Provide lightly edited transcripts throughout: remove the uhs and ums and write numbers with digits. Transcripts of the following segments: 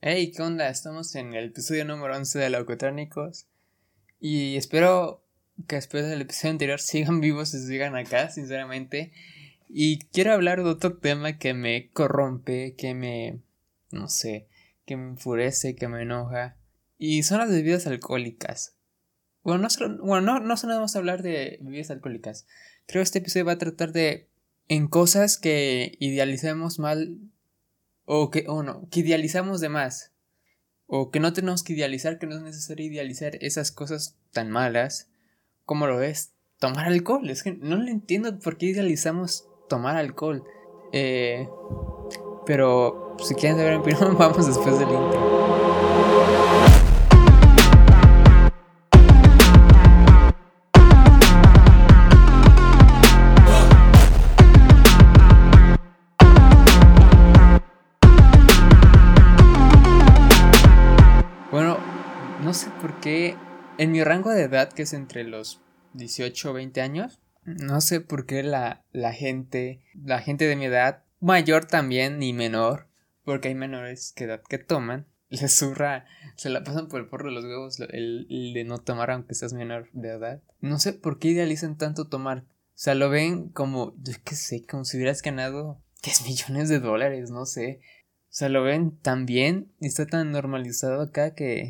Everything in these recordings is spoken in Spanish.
Hey, ¿qué onda? Estamos en el episodio número 11 de Locotrónicos y espero que después del episodio anterior sigan vivos y sigan acá, sinceramente. Y quiero hablar de otro tema que me corrompe, no sé, que me enfurece, que me enoja. Y son las bebidas alcohólicas. No solo vamos a hablar de bebidas alcohólicas. Creo que este episodio va a tratar de en cosas que idealicemos mal que idealizamos de más. O que no tenemos que idealizar, que no es necesario idealizar esas cosas tan malas como lo es tomar alcohol. Es que no le entiendo por qué idealizamos tomar alcohol. Eh, pero si quieren saber mi opinión, vamos después del intro. Bueno, no sé por qué en mi rango de edad, que es entre los 18 o 20 años, no sé por qué la gente de mi edad, mayor también y menor, porque hay menores que edad que toman, les zurra, se la pasan por el porro de los huevos el de no tomar aunque seas menor de edad. No sé por qué idealizan tanto tomar. O sea, lo ven como, yo qué sé, como si hubieras ganado 10 millones de dólares, no sé. O sea, lo ven tan bien y está tan normalizado acá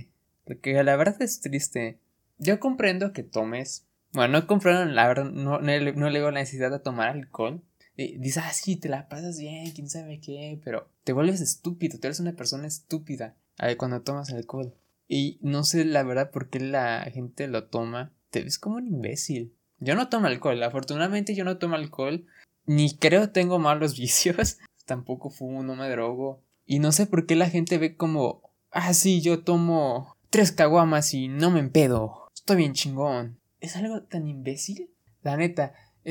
que la verdad es triste. Yo comprendo que tomes. Bueno, no comprendo, la verdad, no le veo la necesidad de tomar alcohol. Y dices, sí, te la pasas bien, quién sabe qué, pero te vuelves estúpido, te eres una persona estúpida cuando tomas alcohol. Y no sé la verdad por qué la gente lo toma. Te ves como un imbécil. Yo no tomo alcohol, afortunadamente yo no tomo alcohol. Ni creo tengo malos vicios. Tampoco fumo, no me drogo. Y no sé por qué la gente ve como, sí, yo tomo 3 caguamas y no me empedo. Estoy bien chingón. Es algo tan imbécil. La neta,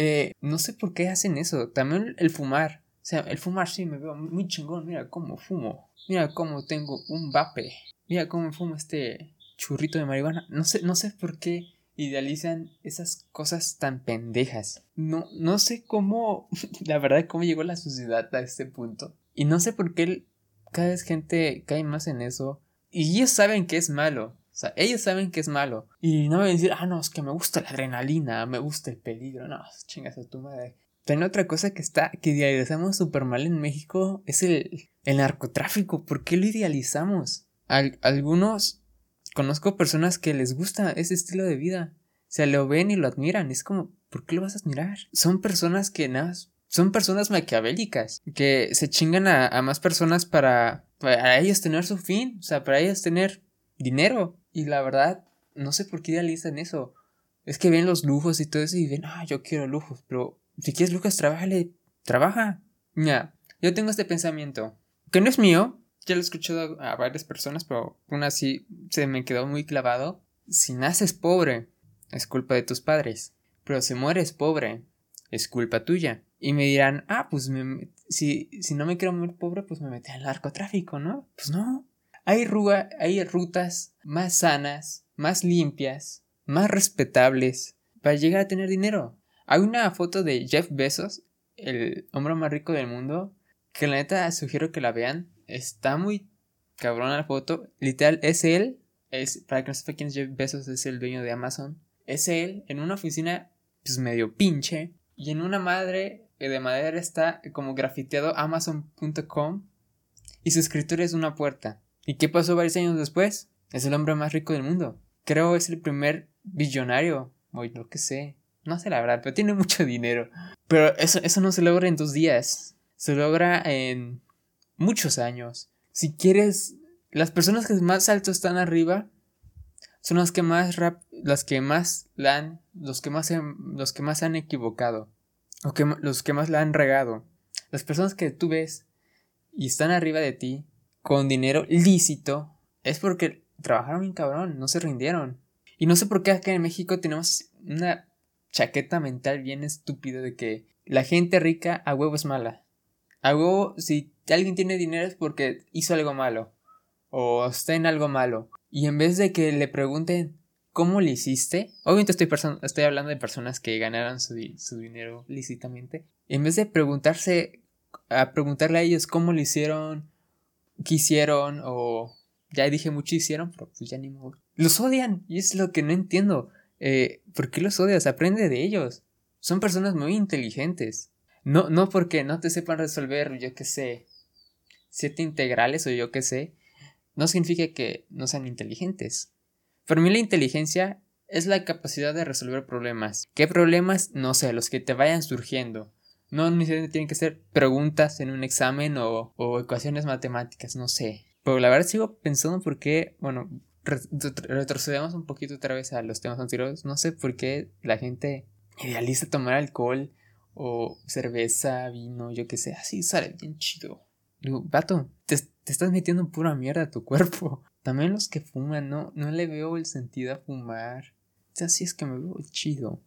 no sé por qué hacen eso. También el fumar. O sea, el fumar sí me veo muy chingón. Mira cómo fumo. Mira cómo tengo un vape. Mira cómo fumo este churrito de marihuana. No sé por qué idealizan esas cosas tan pendejas. No sé cómo, la verdad, cómo llegó la sociedad a este punto. Y no sé por qué cada vez gente cae más en eso. Y ellos saben que es malo. O sea, ellos saben que es malo. Y no van a decir, no, es que me gusta la adrenalina, me gusta el peligro. No, chingas a tu madre. También otra cosa que idealizamos súper mal en México es el narcotráfico. ¿Por qué lo idealizamos? Algunos conozco personas que les gusta ese estilo de vida. Se lo ven y lo admiran. Es como, ¿por qué lo vas a admirar? Son personas que nada, son personas maquiavélicas, que se chingan a más personas para ellos tener su fin, o sea, para ellos tener dinero. Y la verdad, no sé por qué idealizan eso. Es que ven los lujos y todo eso y ven, yo quiero lujos, pero si quieres lujos, trabaja. Mira, yo tengo este pensamiento, que no es mío, ya lo he escuchado a varias personas, pero aún así se me quedó muy clavado. Si naces pobre, es culpa de tus padres, pero si mueres pobre, es culpa tuya. Y me dirán, pues si no me quiero morir pobre, pues me metí al narcotráfico, ¿no? Pues no. Hay rutas más sanas, más limpias, más respetables para llegar a tener dinero. Hay una foto de Jeff Bezos, el hombre más rico del mundo, que la neta sugiero que la vean. Está muy cabrona la foto. Literal, es él. Para que no sepa quién es Jeff Bezos, es el dueño de Amazon. Es él en una oficina pues medio pinche. Y en una madre de madera está como grafiteado Amazon.com. Y su escritorio es una puerta. ¿Y qué pasó varios años después? Es el hombre más rico del mundo. Creo es el primer billonario. O lo que sé. No sé la verdad, pero tiene mucho dinero. Pero eso no se logra en 2 días. Se logra en muchos años. Si quieres, las personas que más alto están arriba son las que más los que más se han equivocado, o los que más la han regado. Las personas que tú ves y están arriba de ti con dinero lícito es porque trabajaron bien cabrón, no se rindieron. Y no sé por qué acá en México tenemos una chaqueta mental bien estúpida de que la gente rica a huevo es mala. A huevo, si alguien tiene dinero es porque hizo algo malo o está en algo malo. Y en vez de que le pregunten ¿cómo le hiciste? Obviamente estoy hablando de personas que ganaron su dinero lícitamente. En vez de preguntarle a ellos cómo lo hicieron qué hicieron, o ya dije mucho hicieron, pero pues ya ni modo. Los odian, y es lo que no entiendo. ¿Por qué los odias? Aprende de ellos. Son personas muy inteligentes. No porque no te sepan resolver, yo qué sé, 7 integrales o yo qué sé, no significa que no sean inteligentes. Para mí la inteligencia es la capacidad de resolver problemas. ¿Qué problemas? No sé, los que te vayan surgiendo. No necesariamente tienen que ser preguntas en un examen o ecuaciones matemáticas, no sé. Pero la verdad sigo pensando por qué, bueno, retrocedemos un poquito otra vez a los temas anteriores. No sé por qué la gente idealiza tomar alcohol o cerveza, vino, yo qué sé, así sale bien chido. Digo, vato, te estás metiendo pura mierda a tu cuerpo. También los que fuman, no le veo el sentido a fumar. O sea, sí es que me veo chido.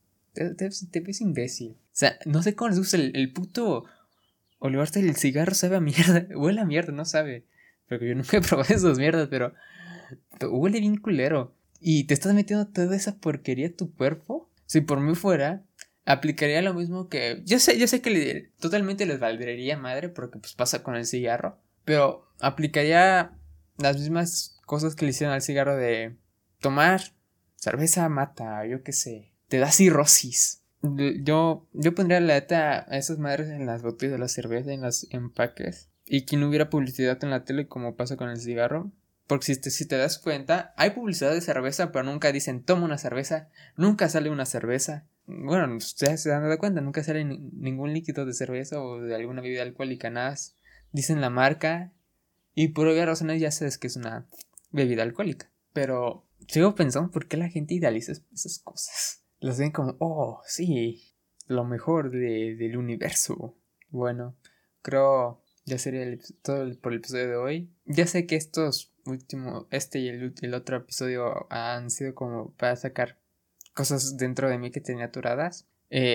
Te ves imbécil. O sea, no sé cómo les gusta el puto olvidarte del cigarro, sabe a mierda. Huele a mierda, no sabe. Porque yo nunca he probado esas mierdas, pero huele bien culero. Y te estás metiendo toda esa porquería a tu cuerpo. Si por mí fuera, aplicaría lo mismo que... Yo sé que totalmente les valdría madre, porque pues pasa con el cigarro. Pero aplicaría las mismas cosas que le hicieron al cigarro de tomar cerveza mata, yo qué sé, te da cirrosis. Yo pondría la neta a esas madres en las botellas de la cerveza, en los empaques, y que no hubiera publicidad en la tele como pasa con el cigarro. Porque si te das cuenta, hay publicidad de cerveza, pero nunca dicen toma una cerveza, nunca sale una cerveza. Bueno, ustedes se dan dado cuenta, nunca sale ningún líquido de cerveza o de alguna bebida alcohólica, nada. Dicen la marca y por obvias razones ya sabes que es una bebida alcohólica. Pero sigo pensando por qué la gente idealiza esas cosas. Las ven como, oh, sí, lo mejor del universo. Bueno, creo ya sería todo por el episodio de hoy. Ya sé que estos últimos, y el otro episodio han sido como para sacar cosas dentro de mí que tenía aturadas.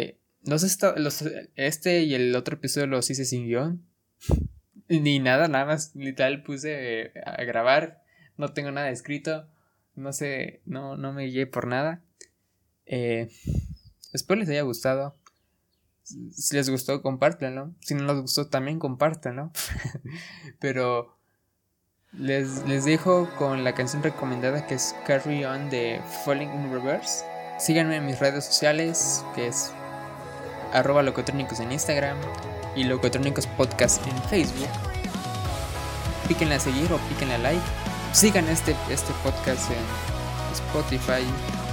Este y el otro episodio los hice sin guión. Ni nada más literal puse a grabar. No tengo nada escrito. No sé, no me guié por nada. Espero les haya gustado. Si les gustó, compártanlo. Si no les gustó, también compártanlo. Pero les dejo con la canción recomendada, que es Carry On de Falling in Reverse. Síganme en mis redes sociales, que es @locotrónicos en Instagram y Locotrónicos Podcast en Facebook. Píquenle a seguir o píquenle a like. Sigan este podcast en Spotify,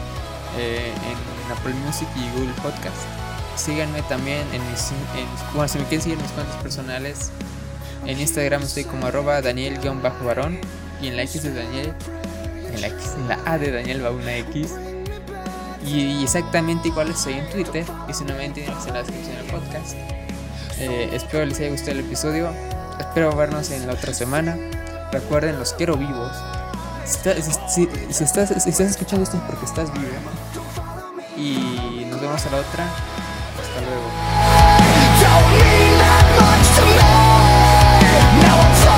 en Apple Music y Google Podcast. Síganme también bueno, si me quieren seguir en mis cuentas personales, en Instagram estoy como @Daniel_varón, y en la X de Daniel, en la A de Daniel va una X, y exactamente igual estoy en Twitter, y si no me entienden en la descripción del podcast. Espero les haya gustado el episodio. Espero vernos en la otra semana. Recuerden, los quiero vivos. Si estás escuchando esto es porque estás vivo. Y nos vemos a la otra. Hasta luego.